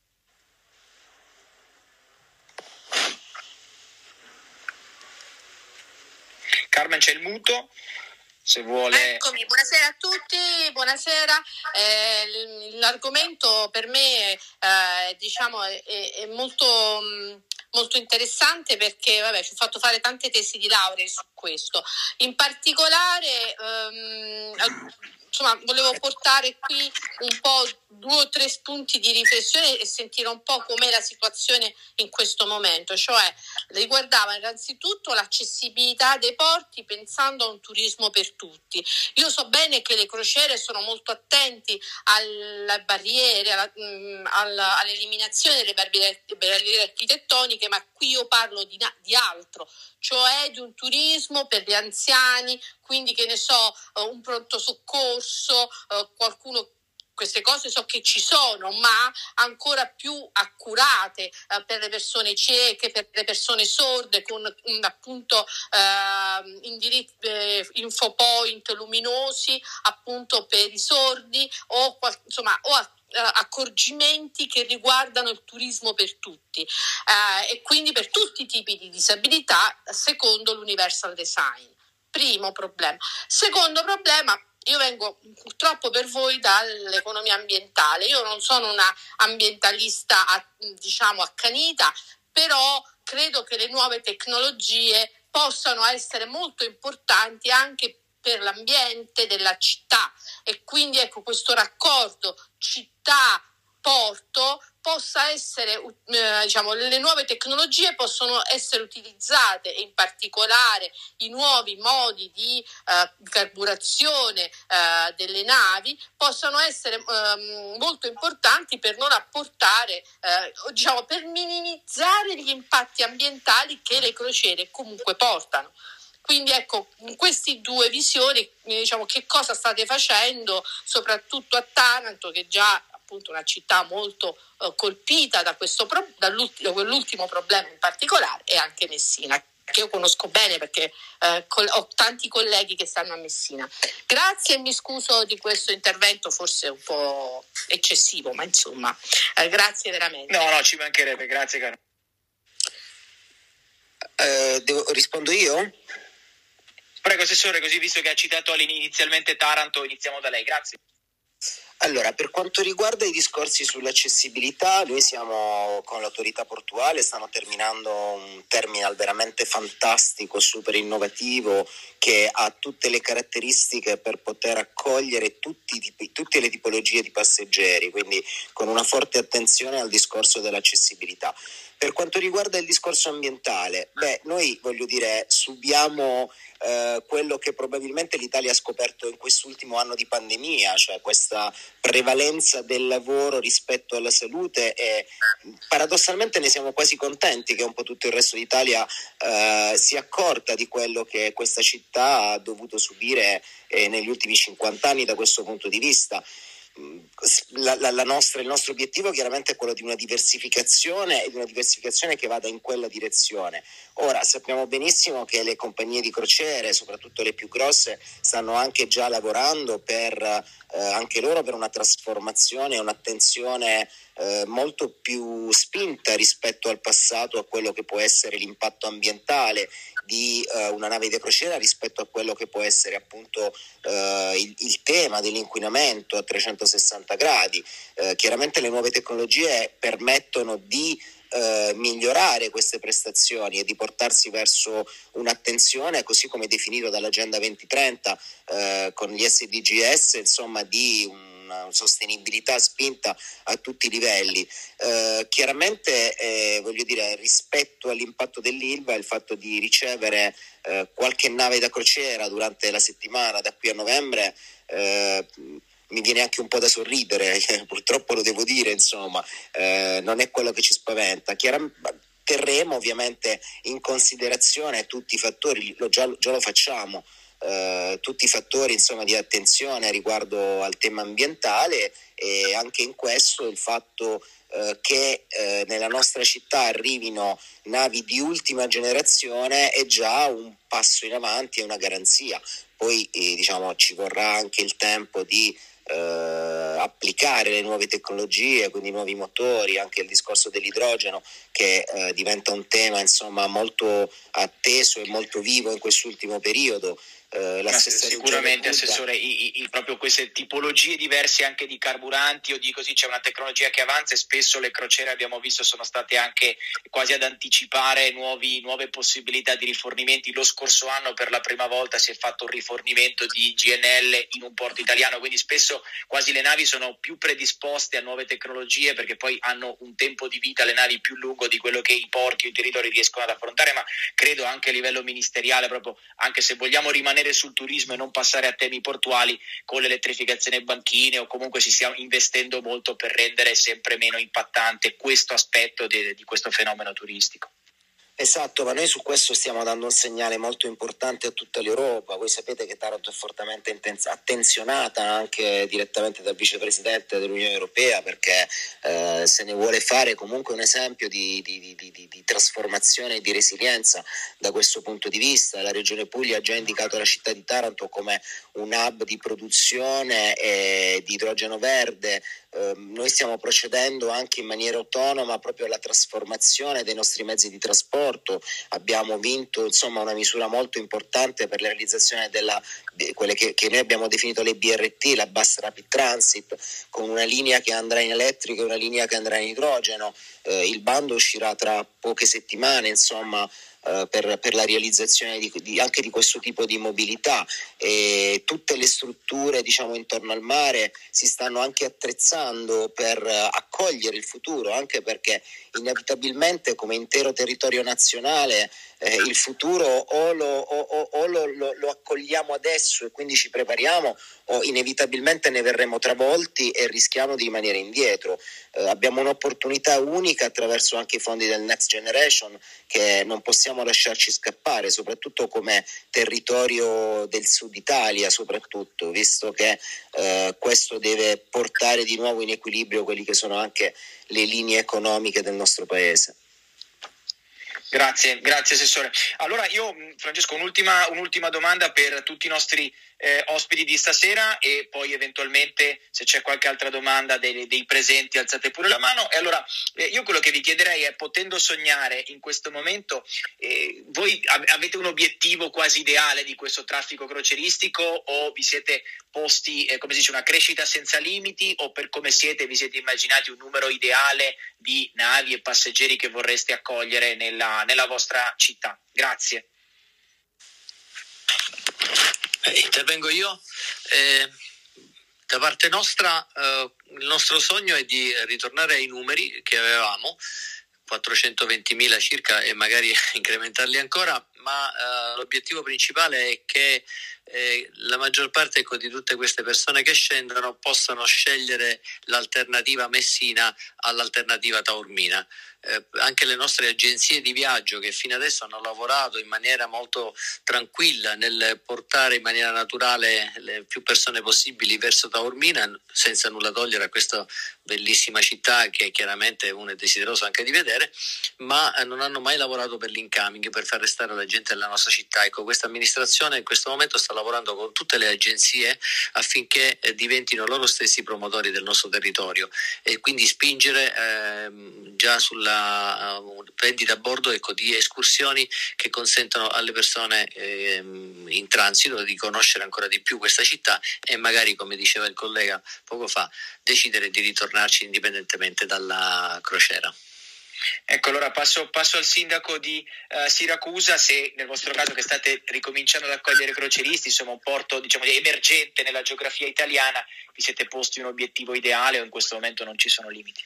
Carmen, c'è il muto, se vuole. Eccomi, buonasera a tutti, buonasera. Eh, l'argomento per me eh, diciamo è, è molto, molto interessante, perché vabbè, ci ho fatto fare tante tesi di laurea su questo. In particolare ehm, insomma, volevo portare qui un po' due o tre spunti di riflessione e sentire un po' com'è la situazione in questo momento, cioè riguardava innanzitutto l'accessibilità dei porti, pensando a un turismo per tutti. Io so bene che le crociere sono molto attenti alle barriere, alla, alla, all'eliminazione delle barriere, barriere architettoniche, ma qui io parlo di, di altro, cioè di un turismo per gli anziani, quindi che ne so, un pronto soccorso, qualcuno. Queste cose so che ci sono, ma ancora più accurate eh, per le persone cieche, per le persone sorde, con un, appunto eh, indirizzi, eh, infopoint luminosi appunto per i sordi, o insomma o a, accorgimenti che riguardano il turismo per tutti eh, e quindi per tutti i tipi di disabilità, secondo l'Universal Design. Primo problema. Secondo problema. Io vengo purtroppo per voi dall'economia ambientale, io non sono una ambientalista diciamo accanita, però credo che le nuove tecnologie possano essere molto importanti anche per l'ambiente della città, e quindi ecco, questo raccordo città porto possa essere, eh, diciamo, le nuove tecnologie possono essere utilizzate, e in particolare i nuovi modi di eh, carburazione eh, delle navi possano essere eh, molto importanti per non apportare, eh, diciamo, per minimizzare gli impatti ambientali che le crociere comunque portano. Quindi ecco, in queste due visioni, diciamo, che cosa state facendo, soprattutto a Taranto, che già appunto una città molto uh, colpita da questo pro- da quell'ultimo problema in particolare, e anche Messina, che io conosco bene perché uh, col- ho tanti colleghi che stanno a Messina. Grazie, e mi scuso di questo intervento forse un po' eccessivo, ma insomma, uh, grazie veramente. No, no, ci mancherebbe, grazie caro. Uh, devo, rispondo io? Prego, Prego Assessore, così visto che ha citato inizialmente Taranto, iniziamo da lei, grazie. Allora, per quanto riguarda i discorsi sull'accessibilità, noi siamo con l'autorità portuale, stiamo terminando un terminal veramente fantastico, super innovativo, che ha tutte le caratteristiche per poter accogliere tutti, tutte le tipologie di passeggeri, quindi con una forte attenzione al discorso dell'accessibilità. Per quanto riguarda il discorso ambientale, beh, noi voglio dire, subiamo eh, quello che probabilmente l'Italia ha scoperto in quest'ultimo anno di pandemia, cioè questa prevalenza del lavoro rispetto alla salute, e paradossalmente ne siamo quasi contenti che un po' tutto il resto d'Italia eh, si è accorta di quello che questa città ha dovuto subire eh, negli ultimi cinquanta anni da questo punto di vista. La, la, la nostra, il nostro obiettivo chiaramente è quello di una diversificazione e di una diversificazione che vada in quella direzione. Ora sappiamo benissimo che le compagnie di crociere, soprattutto le più grosse, stanno anche già lavorando per eh, anche loro per una trasformazione e un'attenzione eh, molto più spinta rispetto al passato, a quello che può essere l'impatto ambientale di uh, una nave da crociera rispetto a quello che può essere appunto uh, il, il tema dell'inquinamento a trecentosessanta gradi. Uh, chiaramente le nuove tecnologie permettono di uh, migliorare queste prestazioni e di portarsi verso un'attenzione, così come definito dall'Agenda duemilatrenta uh, con gli S D G S, insomma di un una sostenibilità spinta a tutti i livelli. Eh, chiaramente eh, voglio dire, rispetto all'impatto dell'Ilva, il fatto di ricevere eh, qualche nave da crociera durante la settimana da qui a novembre eh, mi viene anche un po' da sorridere, purtroppo lo devo dire, insomma, eh, non è quello che ci spaventa. Chiaramente terremo ovviamente in considerazione tutti i fattori, lo già, già lo facciamo, Uh, tutti i fattori insomma di attenzione riguardo al tema ambientale, e anche in questo il fatto uh, che uh, nella nostra città arrivino navi di ultima generazione è già un passo in avanti e una garanzia. Poi eh, diciamo ci vorrà anche il tempo di uh, applicare le nuove tecnologie, quindi i nuovi motori, anche il discorso dell'idrogeno che uh, diventa un tema insomma molto atteso e molto vivo in quest'ultimo periodo. Uh, la stessa sicuramente Assessore, i, i, proprio queste tipologie diverse anche di carburanti o di così, c'è una tecnologia che avanza e spesso le crociere abbiamo visto sono state anche quasi ad anticipare nuovi, nuove possibilità di rifornimenti. Lo scorso anno per la prima volta si è fatto un rifornimento di G N L in un porto italiano, quindi spesso quasi le navi sono più predisposte a nuove tecnologie perché poi hanno un tempo di vita le navi più lungo di quello che i porti o i territori riescono ad affrontare, ma credo anche a livello ministeriale, proprio anche se vogliamo rimanere sul turismo e non passare a temi portuali, con l'elettrificazione banchine o comunque si stia investendo molto per rendere sempre meno impattante questo aspetto di, di questo fenomeno turistico. Esatto, ma noi su questo stiamo dando un segnale molto importante a tutta l'Europa. Voi sapete che Taranto è fortemente intens- attenzionata anche direttamente dal vicepresidente dell'Unione Europea, perché eh, se ne vuole fare comunque un esempio di, di, di, di, di trasformazione e di resilienza da questo punto di vista. La Regione Puglia ha già indicato la città di Taranto come un hub di produzione eh, di idrogeno verde. Eh, noi stiamo procedendo anche in maniera autonoma proprio alla trasformazione dei nostri mezzi di trasporto. Abbiamo vinto insomma una misura molto importante per la realizzazione della di quelle che, che noi abbiamo definito le B R T, la Bus Rapid Transit, con una linea che andrà in elettrico e una linea che andrà in idrogeno. Eh, il bando uscirà tra poche settimane, insomma, Uh, per, per la realizzazione di, di, anche di questo tipo di mobilità, e tutte le strutture diciamo intorno al mare si stanno anche attrezzando per uh, accogliere il futuro, anche perché inevitabilmente come intero territorio nazionale eh, il futuro o, lo, o, o, o lo, lo, lo accogliamo adesso e quindi ci prepariamo, o inevitabilmente ne verremo travolti e rischiamo di rimanere indietro. Eh, abbiamo un'opportunità unica attraverso anche i fondi del Next Generation che non possiamo lasciarci scappare, soprattutto come territorio del Sud Italia, soprattutto, visto che eh, questo deve portare di nuovo in equilibrio quelli che sono anche le linee economiche del nostro paese. Grazie, grazie Assessore. Allora io, Francesco, un'ultima, un'ultima domanda per tutti i nostri eh, ospiti di stasera, e poi eventualmente se c'è qualche altra domanda dei, dei presenti alzate pure la mano. E allora eh, io quello che vi chiederei è, potendo sognare in questo momento, eh, voi avete un obiettivo quasi ideale di questo traffico crocieristico, o vi siete posti, eh, come si dice, una crescita senza limiti, o per come siete vi siete immaginati un numero ideale di navi e passeggeri che vorreste accogliere nella, nella vostra città? Grazie. Eh, intervengo io. Eh, da parte nostra eh, il nostro sogno è di ritornare ai numeri che avevamo, quattrocentoventimila circa, e magari incrementarli ancora, ma eh, l'obiettivo principale è che eh, la maggior parte, ecco, di tutte queste persone che scendono possano scegliere l'alternativa Messina all'alternativa Taormina. Eh, anche le nostre agenzie di viaggio, che fino adesso hanno lavorato in maniera molto tranquilla nel portare in maniera naturale le più persone possibili verso Taormina, senza nulla togliere a questa bellissima città che chiaramente uno è desideroso anche di vedere, ma eh, non hanno mai lavorato per l'incoming, per far restare la gente nella nostra città. Ecco, questa amministrazione in questo momento sta lavorando con tutte le agenzie affinché eh, diventino loro stessi promotori del nostro territorio, e quindi spingere eh, già sulla uh, vendita a bordo, ecco, di escursioni che consentono alle persone eh, in transito di conoscere ancora di più questa città, e magari, come diceva il collega poco fa, decidere di ritornarci indipendentemente dalla crociera. Ecco, allora passo, passo al sindaco di uh, Siracusa. Se nel vostro caso, che state ricominciando ad accogliere crocieristi, insomma un porto, diciamo, emergente nella geografia italiana, vi siete posti un obiettivo ideale, o in questo momento non ci sono limiti?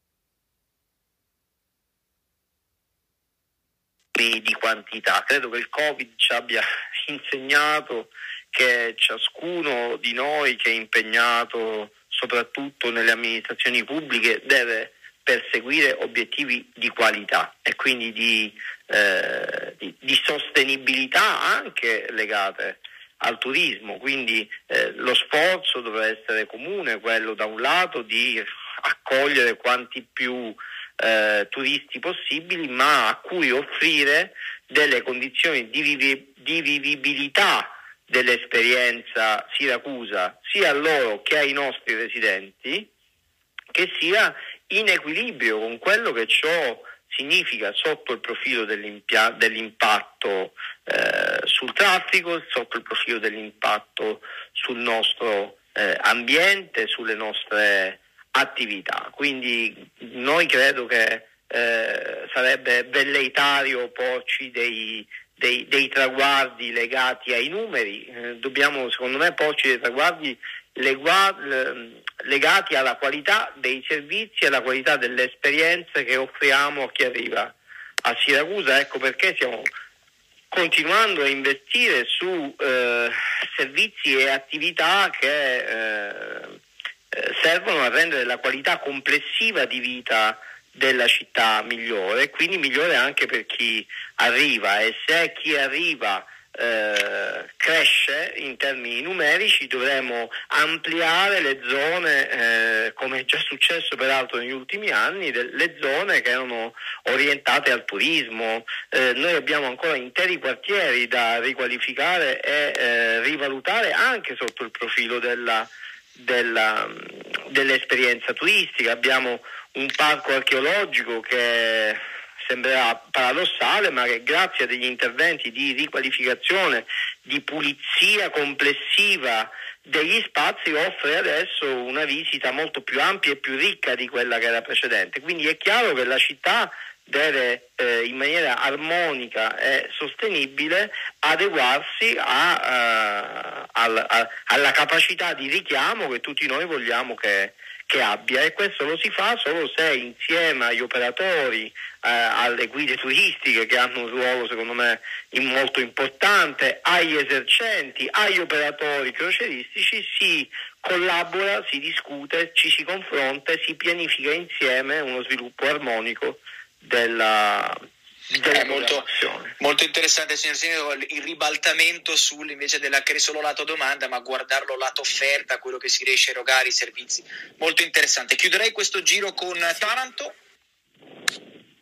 Di quantità, credo che il Covid ci abbia insegnato che ciascuno di noi che è impegnato soprattutto nelle amministrazioni pubbliche deve perseguire obiettivi di qualità e quindi di, eh, di, di sostenibilità anche legate al turismo. Quindi eh, lo sforzo dovrà essere comune, quello da un lato di accogliere quanti più eh, turisti possibili, ma a cui offrire delle condizioni di, vivi- di vivibilità dell'esperienza Siracusa sia a loro che ai nostri residenti, che sia in equilibrio con quello che ciò significa sotto il profilo dell'impatto eh, sul traffico, sotto il profilo dell'impatto sul nostro eh, ambiente, sulle nostre attività. Quindi noi credo che eh, sarebbe velleitario porci dei, dei, dei traguardi legati ai numeri, eh, dobbiamo secondo me porci dei traguardi legati alla qualità dei servizi e alla qualità delle esperienze che offriamo a chi arriva a Siracusa. Ecco perché stiamo continuando a investire su eh, servizi e attività che eh, servono a rendere la qualità complessiva di vita della città migliore, e quindi migliore anche per chi arriva. E se chi arriva Eh, cresce in termini numerici, dovremo ampliare le zone, eh, come è già successo peraltro negli ultimi anni, de- le zone che erano orientate al turismo. Eh, noi abbiamo ancora interi quartieri da riqualificare e eh, rivalutare anche sotto il profilo della, della, dell'esperienza turistica. Abbiamo un parco archeologico che sembrerà paradossale, ma che grazie a degli interventi di riqualificazione, di pulizia complessiva degli spazi, offre adesso una visita molto più ampia e più ricca di quella che era precedente. Quindi è chiaro che la città deve eh, in maniera armonica e sostenibile adeguarsi a, a, a, a, alla capacità di richiamo che tutti noi vogliamo che che abbia, e questo lo si fa solo se insieme agli operatori, eh, alle guide turistiche, che hanno un ruolo secondo me molto importante, agli esercenti, agli operatori crocieristici, si collabora, si discute, ci si confronta e si pianifica insieme uno sviluppo armonico della È molto, molto interessante, signor Sindaco, il ribaltamento sul invece della che solo lato domanda, ma guardarlo lato offerta, quello che si riesce a erogare, i servizi. Molto interessante. Chiuderei questo giro con Taranto.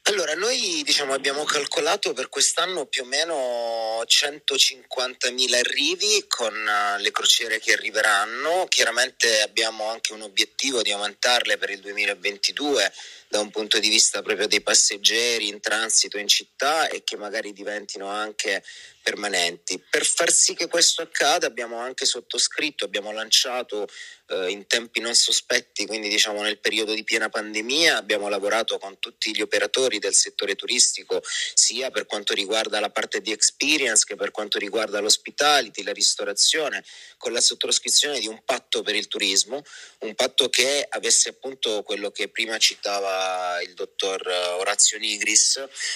Allora, noi diciamo abbiamo calcolato per quest'anno più o meno centocinquantamila arrivi con uh, le crociere che arriveranno. Chiaramente abbiamo anche un obiettivo di aumentarle per il duemilaventidue da un punto di vista proprio dei passeggeri in transito in città e che magari diventino anche permanenti. Per far sì che questo accada abbiamo anche sottoscritto, abbiamo lanciato eh, in tempi non sospetti, quindi diciamo nel periodo di piena pandemia, abbiamo lavorato con tutti gli operatori del settore turistico, sia per quanto riguarda la parte di experience che per quanto riguarda l'hospitality, la ristorazione, con la sottoscrizione di un patto per il turismo, un patto che avesse appunto quello che prima citava il dottor Orazio Nigris,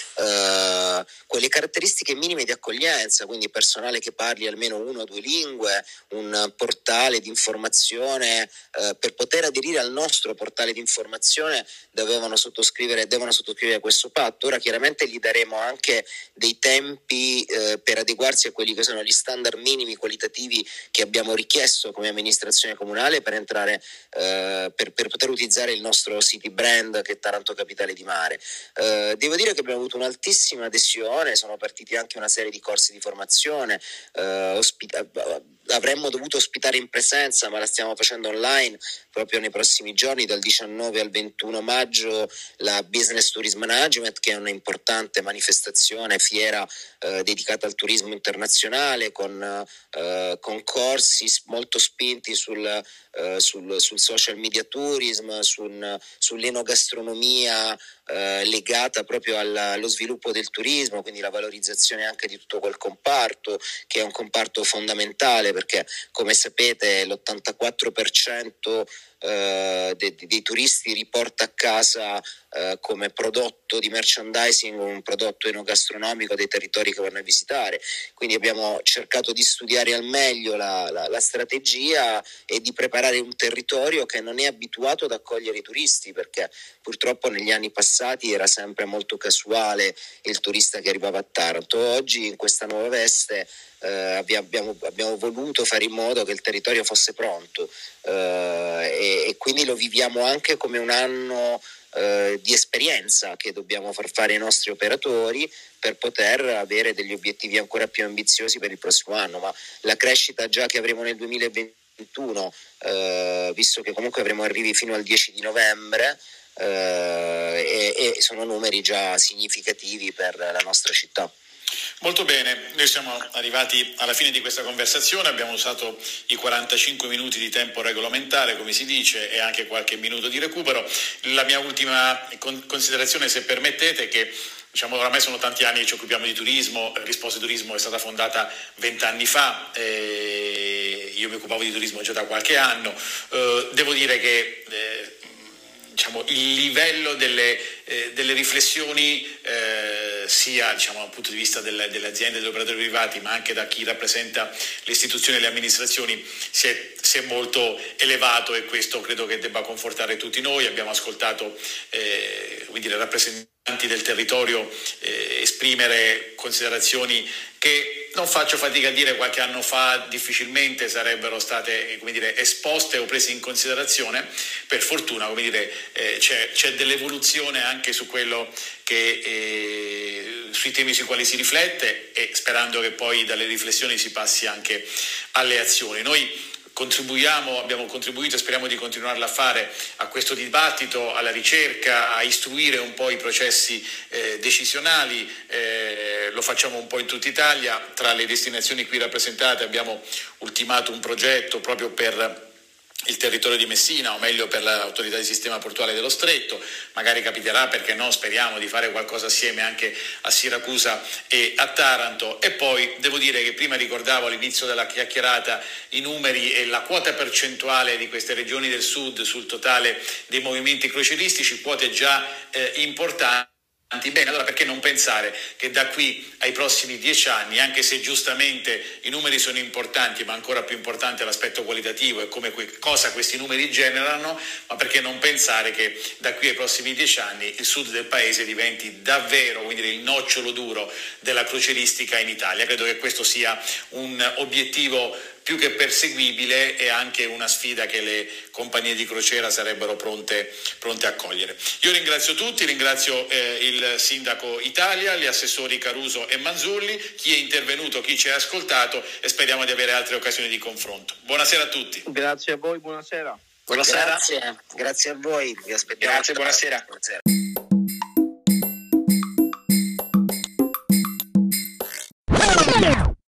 eh, quelle caratteristiche minime di accoglienza, quindi personale che parli almeno una o due lingue, un portale di informazione, eh, per poter aderire al nostro portale di informazione dovevano sottoscrivere, devono sottoscrivere questo patto. Ora chiaramente gli daremo anche dei tempi eh, per adeguarsi a quelli che sono gli standard minimi qualitativi che abbiamo richiesto come amministrazione comunale per entrare, eh, per, per poter utilizzare il nostro city brand che è Taranto Capitale di Mare. Eh, devo dire che abbiamo avuto un'altissima adesione, sono partiti anche una serie di corsi di formazione, eh, ospita- avremmo dovuto ospitare in presenza ma la stiamo facendo online proprio nei prossimi giorni, dal diciannove al ventuno maggio, la Business Tourism Management, che è un'importante manifestazione, fiera eh, dedicata al turismo internazionale con eh, concorsi molto spinti sul, eh, sul, sul social media tourism, sul, sull'enogastronomia eh, legata proprio alla, allo sviluppo del turismo, quindi la valorizzazione anche di tutto quel comparto, che è un comparto fondamentale perché, come sapete, l'ottantaquattro per cento Uh, dei, dei turisti riporta a casa uh, come prodotto di merchandising un prodotto enogastronomico dei territori che vanno a visitare. Quindi abbiamo cercato di studiare al meglio la, la, la strategia e di preparare un territorio che non è abituato ad accogliere i turisti, perché purtroppo negli anni passati era sempre molto casuale il turista che arrivava a Taranto. Oggi in questa nuova veste Uh, abbiamo, abbiamo voluto fare in modo che il territorio fosse pronto uh, e, e quindi lo viviamo anche come un anno uh, di esperienza che dobbiamo far fare ai nostri operatori per poter avere degli obiettivi ancora più ambiziosi per il prossimo anno. Ma la crescita già che avremo nel duemilaventuno, uh, visto che comunque avremo arrivi fino al dieci di novembre, uh, e, e sono numeri già significativi per la nostra città. Molto bene, noi siamo arrivati alla fine di questa conversazione, abbiamo usato i quarantacinque minuti di tempo regolamentare, come si dice, e anche qualche minuto di recupero. La mia ultima considerazione, se permettete, che diciamo oramai sono tanti anni che ci occupiamo di turismo, Risposte Turismo è stata fondata vent'anni fa, eh, io mi occupavo di turismo già da qualche anno, eh, devo dire che eh, diciamo, il livello delle, eh, delle riflessioni eh, sia diciamo, dal punto di vista delle, delle aziende e degli operatori privati, ma anche da chi rappresenta le istituzioni e le amministrazioni si è, si è molto elevato, e questo credo che debba confortare tutti noi. Abbiamo ascoltato eh, quindi le rappresentanti del territorio eh, esprimere considerazioni che non faccio fatica a dire qualche anno fa difficilmente sarebbero state, come dire, esposte o prese in considerazione. Per fortuna, come dire, eh, c'è, c'è dell'evoluzione anche su quello che eh, sui temi sui quali si riflette, e sperando che poi dalle riflessioni si passi anche alle azioni. Noi contribuiamo, abbiamo contribuito e speriamo di continuarla a fare a questo dibattito, alla ricerca, a istruire un po' i processi eh, decisionali, eh, lo facciamo un po' in tutta Italia. Tra le destinazioni qui rappresentate abbiamo ultimato un progetto proprio per il territorio di Messina, o meglio per l'autorità di sistema portuale dello Stretto. Magari capiterà, perché no, speriamo di fare qualcosa assieme anche a Siracusa e a Taranto. E poi devo dire che prima ricordavo all'inizio della chiacchierata i numeri e la quota percentuale di queste regioni del sud sul totale dei movimenti crocieristici, quote già eh, importanti. Bene, allora perché non pensare che da qui ai prossimi dieci anni, anche se giustamente i numeri sono importanti, ma ancora più importante è l'aspetto qualitativo e come que- cosa questi numeri generano, ma perché non pensare che da qui ai prossimi dieci anni il sud del paese diventi davvero, quindi il nocciolo duro della crocieristica in Italia. Credo che questo sia un obiettivo più che perseguibile e anche una sfida che le compagnie di crociera sarebbero pronte, pronte a cogliere. Io ringrazio tutti, ringrazio eh, il Sindaco Italia, gli assessori Caruso e Manzulli, chi è intervenuto, chi ci ha ascoltato, e speriamo di avere altre occasioni di confronto. Buonasera a tutti. Grazie a voi, buonasera. Buonasera. Grazie, grazie a voi, vi aspettiamo. Grazie, buonasera. buonasera.